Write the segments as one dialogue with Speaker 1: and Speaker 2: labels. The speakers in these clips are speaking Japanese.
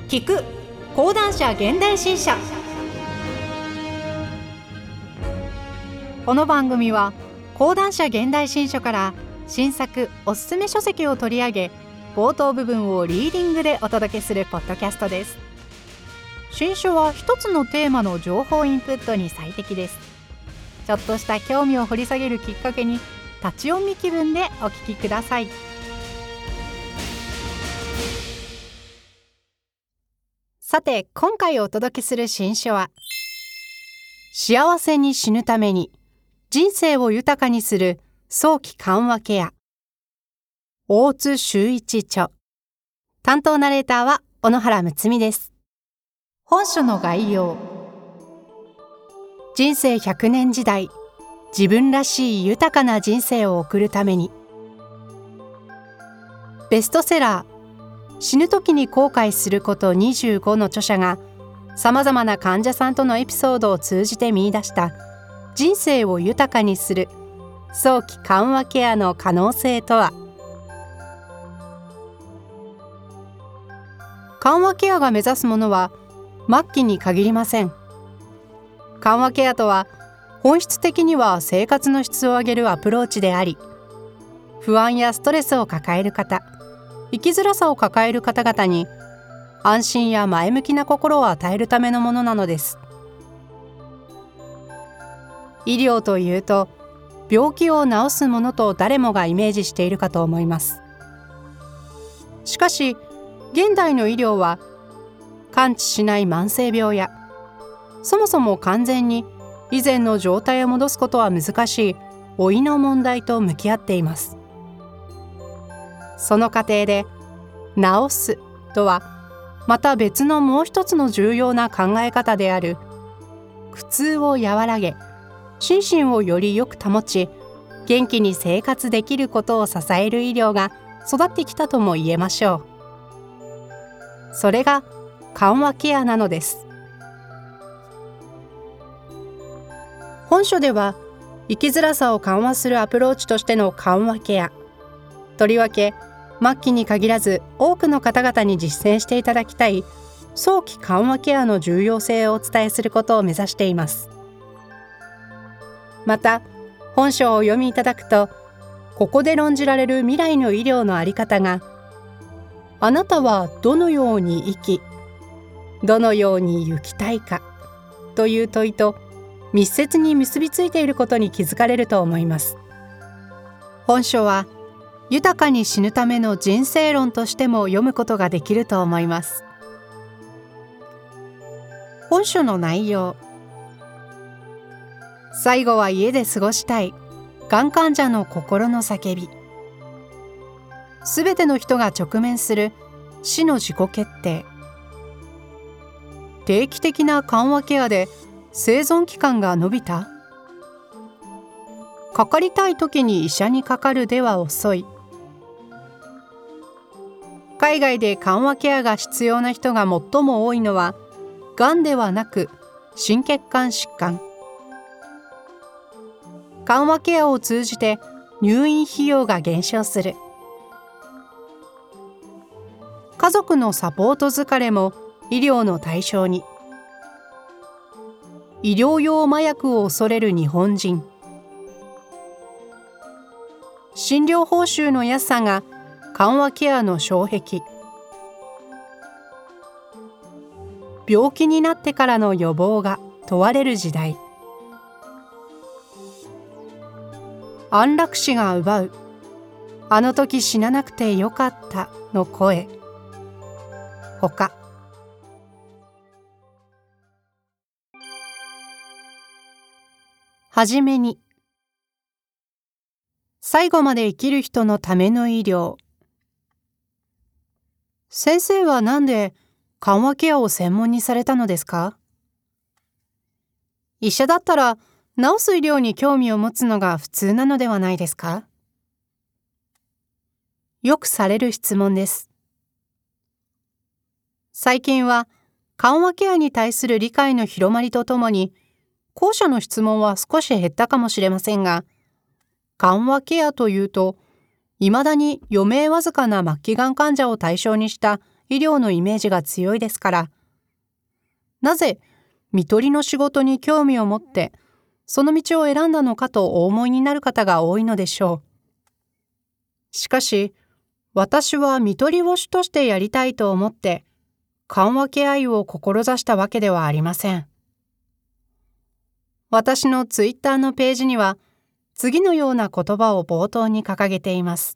Speaker 1: 聞く講談社現代新社。この番組は講談社現代新書から新作おすすめ書籍を取り上げ、冒頭部分をリーディングでお届けするポッドキャストです。新書は一つのテーマの情報インプットに最適です。ちょっとした興味を掘り下げるきっかけに、立ち読み気分でお聞きください。さて、今回お届けする新書は、幸せに死ぬために人生を豊かにする早期緩和ケア、大津修一著。担当ナレーターは小野原睦美です。本書の概要。人生100年時代、自分らしい豊かな人生を送るために。ベストセラー、死ぬ時に後悔すること25の著者が、さまざまな患者さんとのエピソードを通じて見出した人生を豊かにする早期緩和ケアの可能性とは。緩和ケアが目指すものは末期に限りません。緩和ケアとは、本質的には生活の質を上げるアプローチであり、不安やストレスを抱える方、生きづらさを抱える方々に安心や前向きな心を与えるためのものなのです。医療というと、病気を治すものと誰もがイメージしているかと思います。しかし、現代の医療は完治しない慢性病や、そもそも完全に以前の状態を戻すことは難しい老いの問題と向き合っています。その過程で、治すとはまた別のもう一つの重要な考え方である、苦痛を和らげ、心身をよりよく保ち、元気に生活できることを支える医療が育ってきたとも言えましょう。それが緩和ケアなのです。本書では、生きづらさを緩和するアプローチとしての緩和ケア、とりわけ末期に限らず多くの方々に実践していただきたい早期緩和ケアの重要性をお伝えすることを目指しています。また、本書をお読みいただくと、ここで論じられる未来の医療の在り方が、あなたはどのように生き、どのように行きたいかという問いと密接に結びついていることに気づかれると思います。本書は豊かに死ぬための人生論としても読むことができると思います。本書の内容。最後は家で過ごしたい、がん患者の心の叫び。すべての人が直面する死の自己決定。定期的な緩和ケアで生存期間が延びた？かかりたい時に医者にかかるでは遅い。海外で緩和ケアが必要な人が最も多いのは、がんではなく心血管疾患。緩和ケアを通じて入院費用が減少する。家族のサポート疲れも医療の対象に。医療用麻薬を恐れる日本人。診療報酬の安さが緩和ケアの障壁。病気になってからの予防が問われる時代。安楽死が奪う、あの時死ななくてよかったの声。ほか。はじめに、最後まで生きる人のための医療。先生はなんで緩和ケアを専門にされたのですか？医者だったら治す医療に興味を持つのが普通なのではないですか？よくされる質問です。最近は緩和ケアに対する理解の広まりとともに、後者の質問は少し減ったかもしれませんが、緩和ケアというと、いまだに余命わずかな末期がん患者を対象にした医療のイメージが強いですから、なぜ看取りの仕事に興味を持ってその道を選んだのかとお思いになる方が多いのでしょう。しかし、私は看取りを主としてやりたいと思って緩和ケア医を志したわけではありません。私のツイッターのページには次のような言葉を冒頭に掲げています。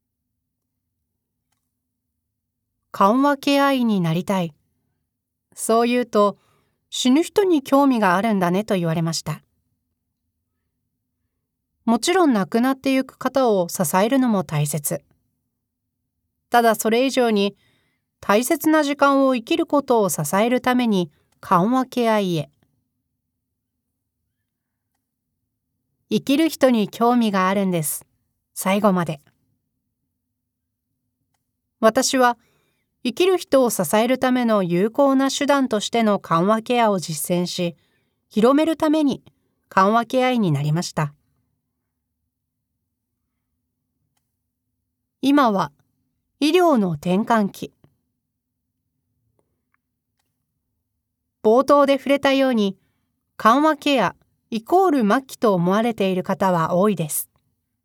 Speaker 1: 緩和ケア医になりたい。そう言うと、死ぬ人に興味があるんだねと言われました。もちろん亡くなってゆく方を支えるのも大切。ただそれ以上に大切な時間を生きることを支えるために緩和ケア医へ。生きる人に興味があるんです。最後まで。私は生きる人を支えるための有効な手段としての緩和ケアを実践し、広めるために緩和ケア医になりました。今は医療の転換期。冒頭で触れたように、緩和ケアイコール末期と思われている方は多いです。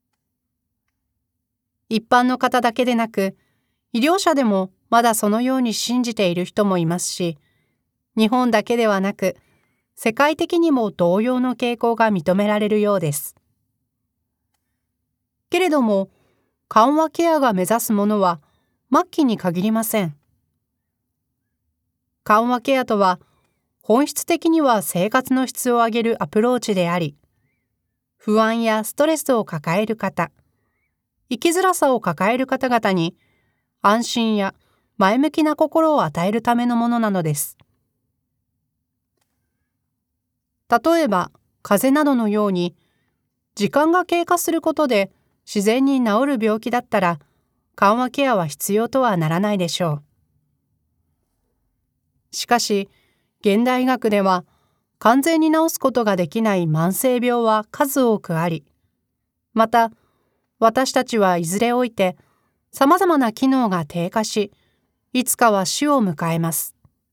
Speaker 1: 一般の方だけでなく、医療者でもまだそのように信じている人もいますし、日本だけではなく、世界的にも同様の傾向が認められるようです。けれども、緩和ケアが目指すものは末期に限りません。緩和ケアとは、本質的には生活の質を上げるアプローチであり、不安やストレスを抱える方、生きづらさを抱える方々に安心や前向きな心を与えるためのものなのです。例えば、風邪などのように、時間が経過することで自然に治る病気だったら、緩和ケアは必要とはならないでしょう。しかし、現代医学では完全に治すことができない慢性病は数多くあり、また私たちはいずれおいてさまざまな機能が低下し、いつかは死を迎えます。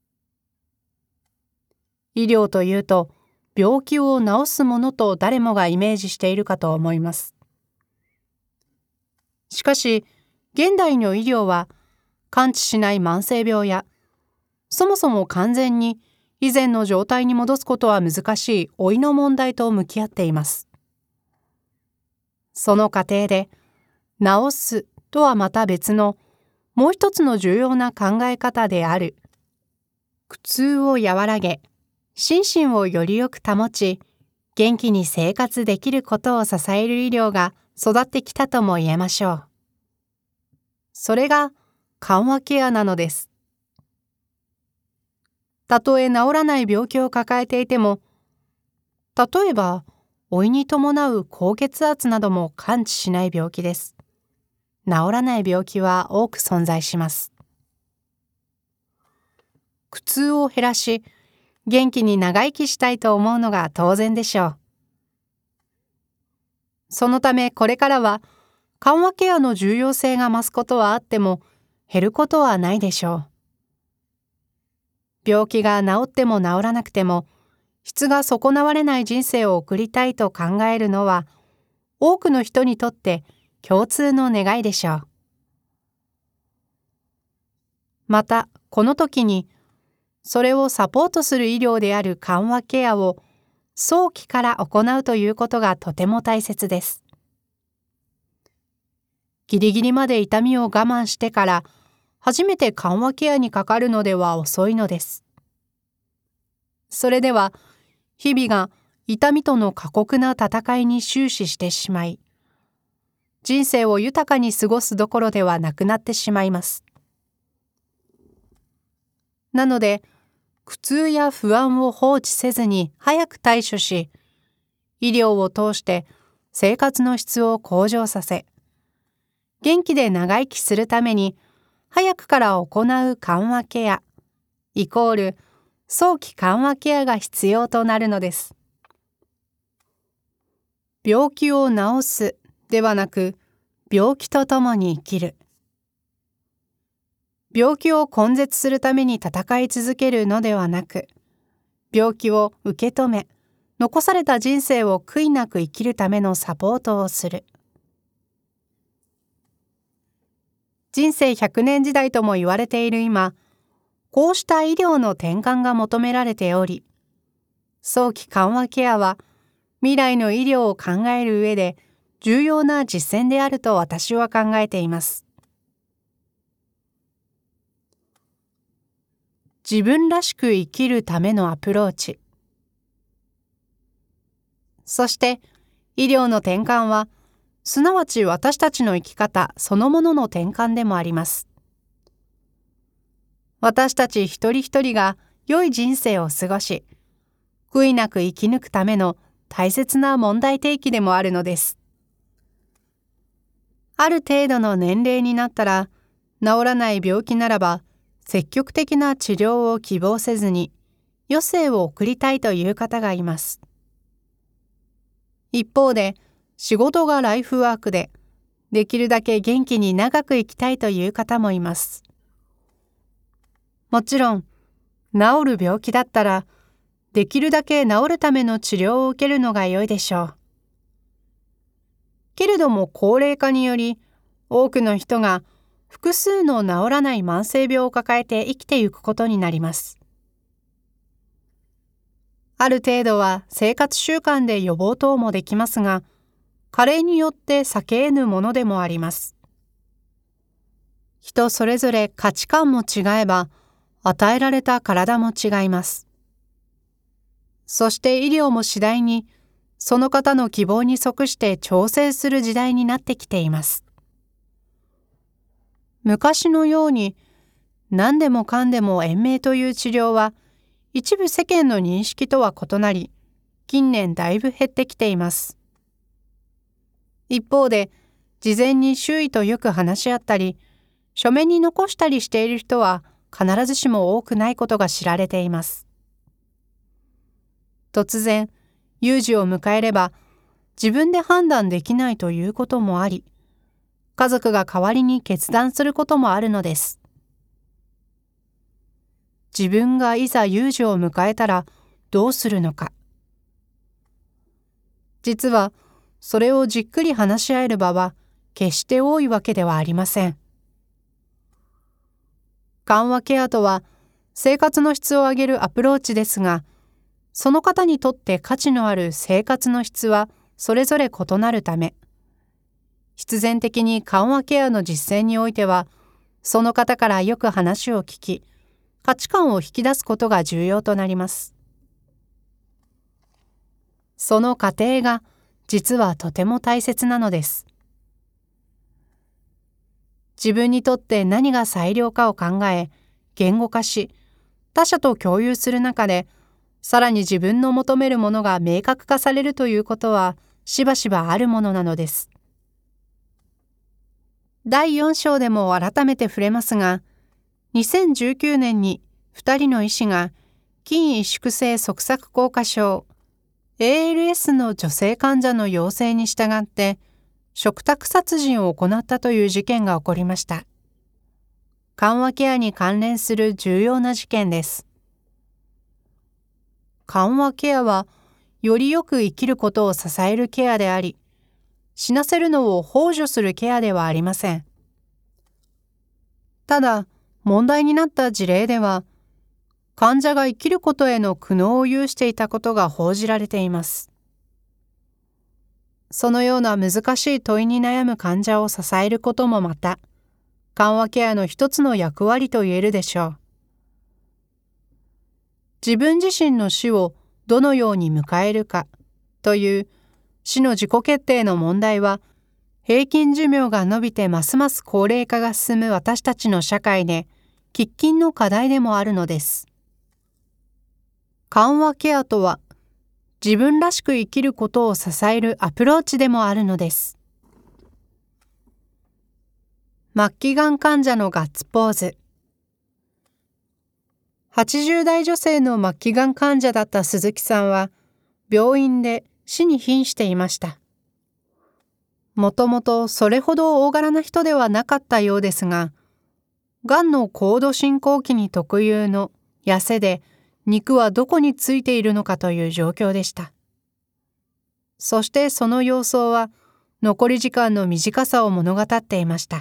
Speaker 1: 医療というと病気を治すものと誰もがイメージしているかと思います。しかし現代の医療は完治しない慢性病や、そもそも完全に以前の状態に戻すことは難しい老いの問題と向き合っています。その過程で、治すとはまた別のもう一つの重要な考え方である、苦痛を和らげ、心身をよりよく保ち、元気に生活できることを支える医療が育ってきたとも言えましょう。それが緩和ケアなのです。たとえ治らない病気を抱えていても、例えば老いに伴う高血圧なども完治しない病気です。治らない病気は多く存在します。苦痛を減らし、元気に長生きしたいと思うのが当然でしょう。そのためこれからは緩和ケアの重要性が増すことはあっても、減ることはないでしょう。病気が治っても治らなくても、質が損なわれない人生を送りたいと考えるのは、多くの人にとって共通の願いでしょう。また、この時に、それをサポートする医療である緩和ケアを早期から行うということがとても大切です。ギリギリまで痛みを我慢してから、初めて緩和ケアにかかるのでは遅いのです。それでは、日々が痛みとの過酷な戦いに終始してしまい、人生を豊かに過ごすどころではなくなってしまいます。なので、苦痛や不安を放置せずに早く対処し、医療を通して生活の質を向上させ、元気で長生きするために早くから行う緩和ケアイコール早期緩和ケアが必要となるのです。病気を治すではなく、病気とともに生きる。 病気を根絶するために戦い続けるのではなく、病気を受け止め、残された人生を悔いなく生きるためのサポートをする。人生100年時代とも言われている今、こうした医療の転換が求められており、早期緩和ケアは未来の医療を考える上で重要な実践であると私は考えています。自分らしく生きるためのアプローチ。そして医療の転換は、すなわち私たちの生き方そのものの転換でもあります。私たち一人一人が良い人生を過ごし、悔いなく生き抜くための大切な問題提起でもあるのです。ある程度の年齢になったら、治らない病気ならば、積極的な治療を希望せずに、余生を送りたいという方がいます。一方で、仕事がライフワークで、できるだけ元気に長く生きたいという方もいます。もちろん、治る病気だったら、できるだけ治るための治療を受けるのが良いでしょう。けれども高齢化により、多くの人が複数の治らない慢性病を抱えて生きていくことになります。ある程度は生活習慣で予防等もできますが、加齢によって避け得ぬものでもあります。人それぞれ価値観も違えば、与えられた体も違います。そして医療も次第に、その方の希望に即して調整する時代になってきています。昔のように、何でもかんでも延命という治療は、一部世間の認識とは異なり、近年だいぶ減ってきています。一方で、事前に周囲とよく話し合ったり、書面に残したりしている人は必ずしも多くないことが知られています。突然、有事を迎えれば、自分で判断できないということもあり、家族が代わりに決断することもあるのです。自分がいざ有事を迎えたらどうするのか。実は、それをじっくり話し合える場は決して多いわけではありません。緩和ケアとは、生活の質を上げるアプローチですが、その方にとって価値のある生活の質はそれぞれ異なるため、必然的に緩和ケアの実践においては、その方からよく話を聞き、価値観を引き出すことが重要となります。その過程が実はとても大切なのです。自分にとって何が最良かを考え、言語化し、他者と共有する中で、さらに自分の求めるものが明確化されるということは、しばしばあるものなのです。第4章でも改めて触れますが、2019年に2人の医師が筋萎縮性側索硬化症 ALS の女性患者の要請に従って嘱託殺人を行ったという事件が起こりました。緩和ケアに関連する重要な事件です。緩和ケアはよりよく生きることを支えるケアであり、死なせるのを幇助するケアではありません。ただ、問題になった事例では、患者が生きることへの苦悩を有していたことが報じられています。そのような難しい問いに悩む患者を支えることもまた、緩和ケアの一つの役割と言えるでしょう。自分自身の死をどのように迎えるかという死の自己決定の問題は、平均寿命が伸びてますます高齢化が進む私たちの社会で喫緊の課題でもあるのです。緩和ケアとは、自分らしく生きることを支えるアプローチでもあるのです。末期がん患者のガッツポーズ。80代女性の末期がん患者だった鈴木さんは、病院で死に瀕していました。もともとそれほど大柄な人ではなかったようですが、 がんの高度進行期に特有の痩せで肉はどこについているのかという状況でした。そしてその様相は残り時間の短さを物語っていました。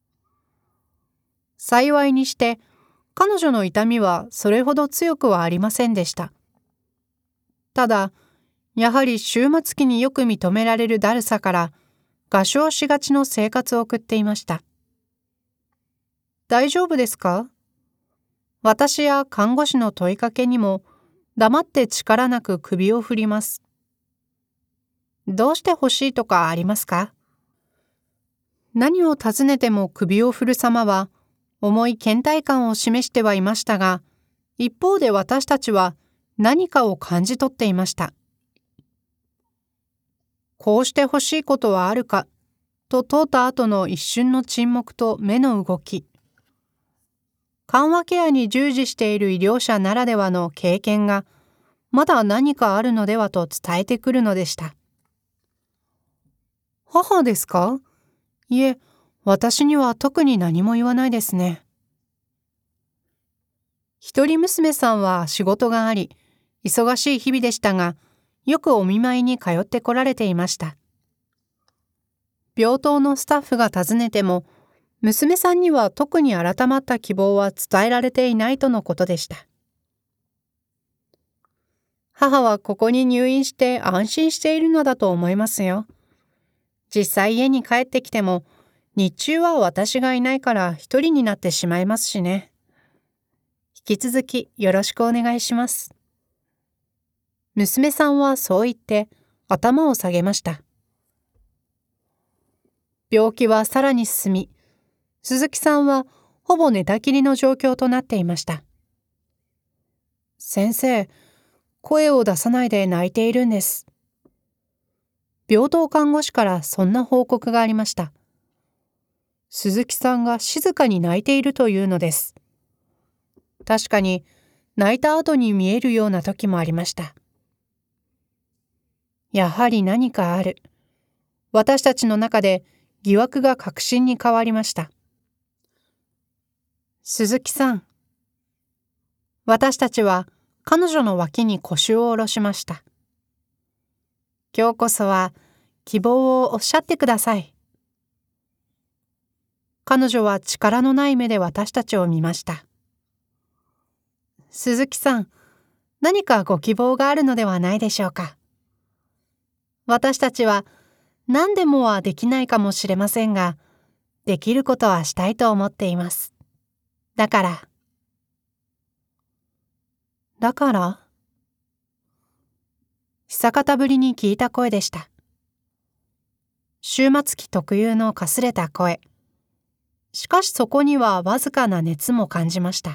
Speaker 1: 幸いにして彼女の痛みはそれほど強くはありませんでした。ただ、やはり終末期によく認められるだるさから餓笑しがちの生活を送っていました。大丈夫ですか？私や看護師の問いかけにも黙って力なく首を振ります。どうして欲しいとかありますか？何を尋ねても首を振る様は重い倦怠感を示してはいましたが、一方で私たちは何かを感じ取っていました。こうして欲しいことはあるかと問うた後の一瞬の沈黙と目の動き。緩和ケアに従事している医療者ならではの経験がまだ何かあるのではと伝えてくるのでした。母ですか？いえ、私には特に何も言わないですね。一人娘さんは仕事があり、忙しい日々でしたが、よくお見舞いに通ってこられていました。病棟のスタッフが訪ねても、娘さんには特に改まった希望は伝えられていないとのことでした。母はここに入院して安心しているのだと思いますよ。実際家に帰ってきても、日中は私がいないから一人になってしまいますしね。引き続きよろしくお願いします。娘さんはそう言って頭を下げました。病気はさらに進み、鈴木さんはほぼ寝たきりの状況となっていました。先生、声を出さないで泣いているんです。病棟看護師からそんな報告がありました。鈴木さんが静かに泣いているというのです。確かに泣いた後に見えるような時もありました。やはり何かある。私たちの中で疑惑が確信に変わりました。鈴木さん。私たちは彼女の脇に腰を下ろしました。今日こそは希望をおっしゃってください。彼女は力のない目で私たちを見ました。鈴木さん、何かご希望があるのではないでしょうか。私たちは何でもはできないかもしれませんが、できることはしたいと思っています。だから久方ぶりに聞いた声でした。終末期特有のかすれた声。しかしそこにはわずかな熱も感じました。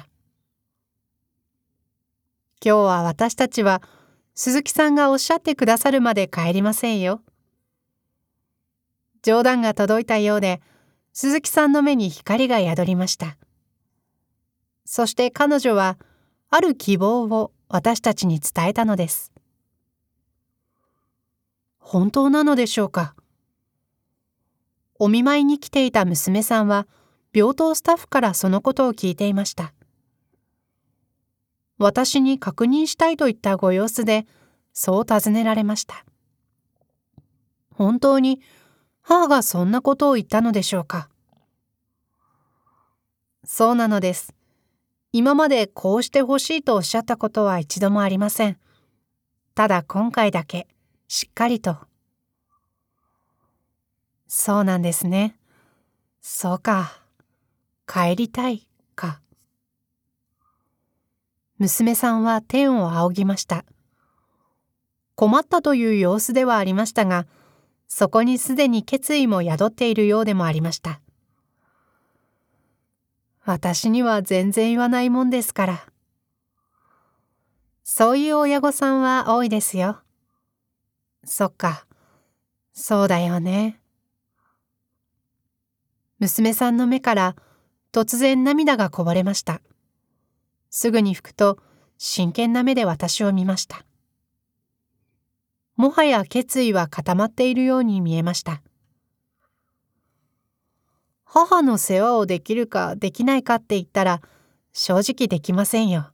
Speaker 1: 今日は私たちは鈴木さんがおっしゃってくださるまで帰りませんよ。冗談が届いたようで、鈴木さんの目に光が宿りました。そして彼女はある希望を私たちに伝えたのです。本当なのでしょうか。お見舞いに来ていた娘さんは病棟スタッフからそのことを聞いていました。私に確認したいといったご様子でそう尋ねられました。本当に母がそんなことを言ったのでしょうか。そうなのです。今までこうしてほしいとおっしゃったことは一度もありません。ただ今回だけしっかりと。そうなんですね。そうか。帰りたいか。娘さんは天を仰ぎました。困ったという様子ではありましたが、そこにすでに決意も宿っているようでもありました。私には全然言わないもんですから。そういう親御さんは多いですよ。そっか、そうだよね。娘さんの目から突然涙がこぼれました。すぐに拭くと真剣な目で私を見ました。もはや決意は固まっているように見えました。 母の世話をできるかできないかって言ったら正直できませんよ。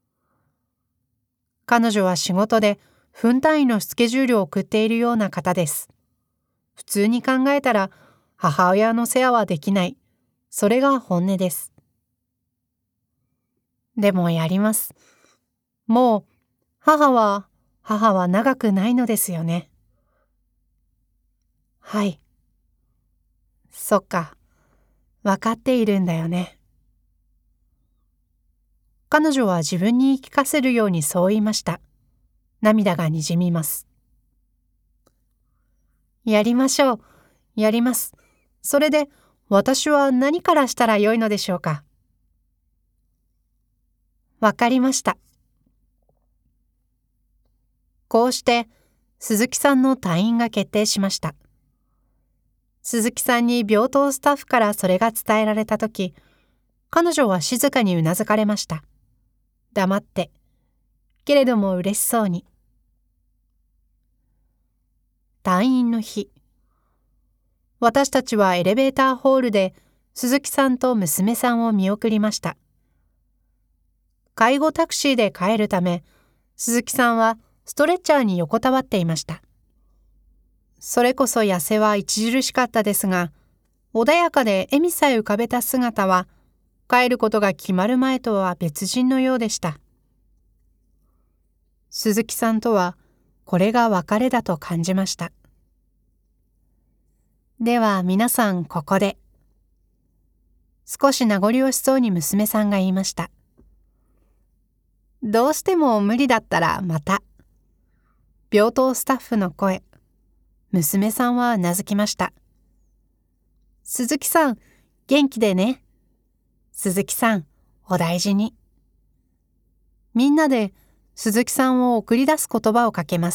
Speaker 1: 彼女は仕事で分単位のスケジュールを送っているような方です。普通に考えたら母親の世話はできない。それが本音です。でもやります。もう母は長くないのですよね。はい。そっか。わかっているんだよね。彼女は自分に言い聞かせるようにそう言いました。涙がにじみます。やりましょう。やります。それで私は何からしたらよいのでしょうか。わかりました。こうして鈴木さんの退院が決定しました。鈴木さんに病棟スタッフからそれが伝えられたとき、彼女は静かにうなずかれました。黙って、けれども嬉しそうに。退院の日、私たちはエレベーターホールで鈴木さんと娘さんを見送りました。介護タクシーで帰るため、鈴木さんはストレッチャーに横たわっていました。それこそ痩せは著しかったですが、穏やかで笑みさえ浮かべた姿は、帰ることが決まる前とは別人のようでした。鈴木さんとは、これが別れだと感じました。では皆さんここで。少し名残惜しそうに娘さんが言いました。どうしても無理だったらまた。病棟スタッフの声。娘さんはうなずきました。鈴木さん、元気でね。鈴木さん、お大事に。みんなで鈴木さんを送り出す言葉をかけます。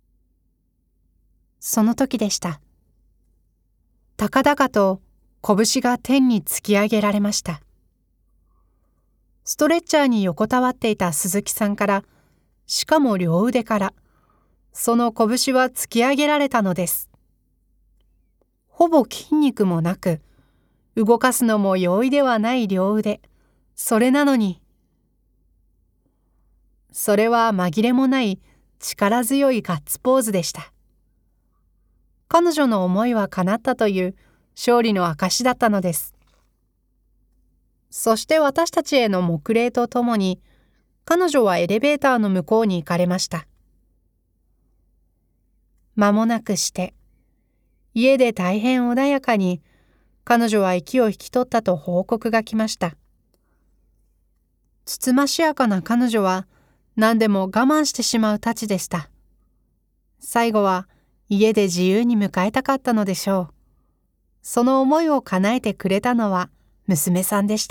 Speaker 1: その時でした。高々と拳が天に突き上げられました。ストレッチャーに横たわっていた鈴木さんから、しかも両腕から、その拳は突き上げられたのです。ほぼ筋肉もなく、動かすのも容易ではない両腕。それなのに。それは紛れもない力強いガッツポーズでした。彼女の思いは叶ったという勝利の証だったのです。そして私たちへの黙礼とともに、彼女はエレベーターの向こうに行かれました。間もなくして、家で大変穏やかに、彼女は息を引き取ったと報告が来ました。つつましやかな彼女は、何でも我慢してしまうたちでした。最後は家で自由に迎えたかったのでしょう。その思いを叶えてくれたのは娘さんでした。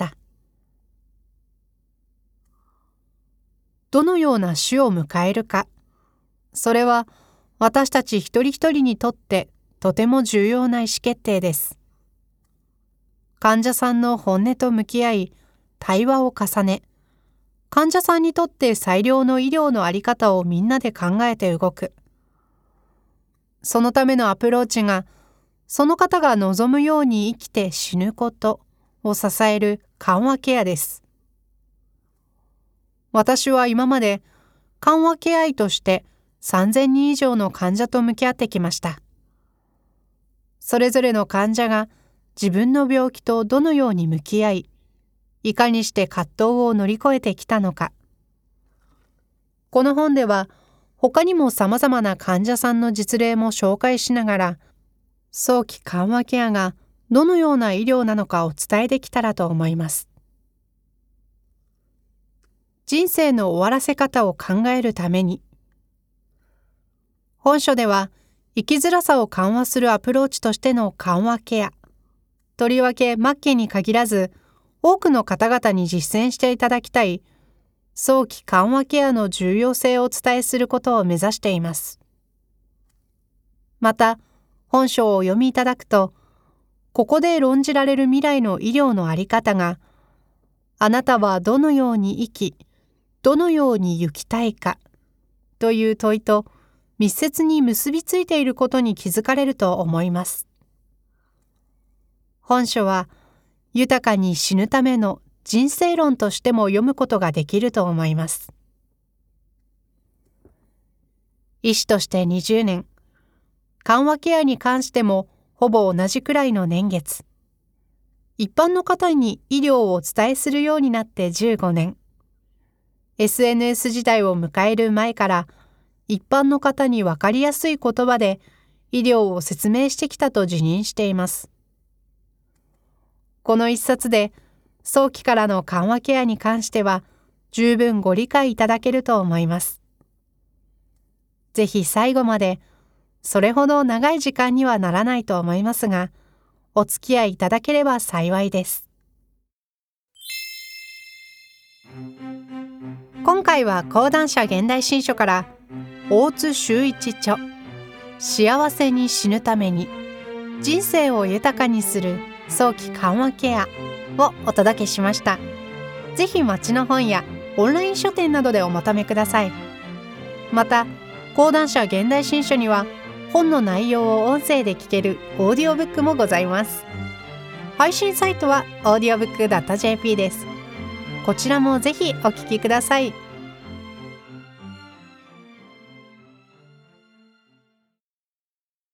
Speaker 1: どのような死を迎えるか、それは私たち一人一人にとってとても重要な意思決定です。患者さんの本音と向き合い、対話を重ね、患者さんにとって最良の医療のあり方をみんなで考えて動く。そのためのアプローチが、その方が望むように生きて死ぬことを支える緩和ケアです。私は今まで緩和ケア医として3000人以上の患者と向き合ってきました。それぞれの患者が自分の病気とどのように向き合い、いかにして葛藤を乗り越えてきたのか。この本では他にも様々な患者さんの実例も紹介しながら、早期緩和ケアがどのような医療なのかを伝えてきたらと思います。人生の終わらせ方を考えるために。本書では生きづらさを緩和するアプローチとしての緩和ケア、とりわけ末期に限らず多くの方々に実践していただきたい早期緩和ケアの重要性をお伝えすることを目指しています。また、本書をお読みいただくと、ここで論じられる未来の医療のあり方が、あなたはどのように生き、どのように生きたいかという問いと密接に結びついていることに気づかれると思います。 本書は豊かに死ぬための人生論としても読むことができると思います。医師として20年、緩和ケアに関してもほぼ同じくらいの年月。一般の方に医療をお伝えするようになって15年。SNS 時代を迎える前から一般の方に分かりやすい言葉で医療を説明してきたと自認しています。この一冊で早期からの緩和ケアに関しては十分ご理解いただけると思います。ぜひ最後まで、それほど長い時間にはならないと思いますが、お付き合いいただければ幸いです。今回は講談社現代新書から大津修一著幸せに死ぬために人生を豊かにする早期緩和ケアをお届けしました。ぜひ町の本やオンライン書店などでお求めください。また講談社現代新書には本の内容を音声で聞けるオーディオブックもございます。配信サイトは audiobook.jp です。こちらもぜひお聞きください。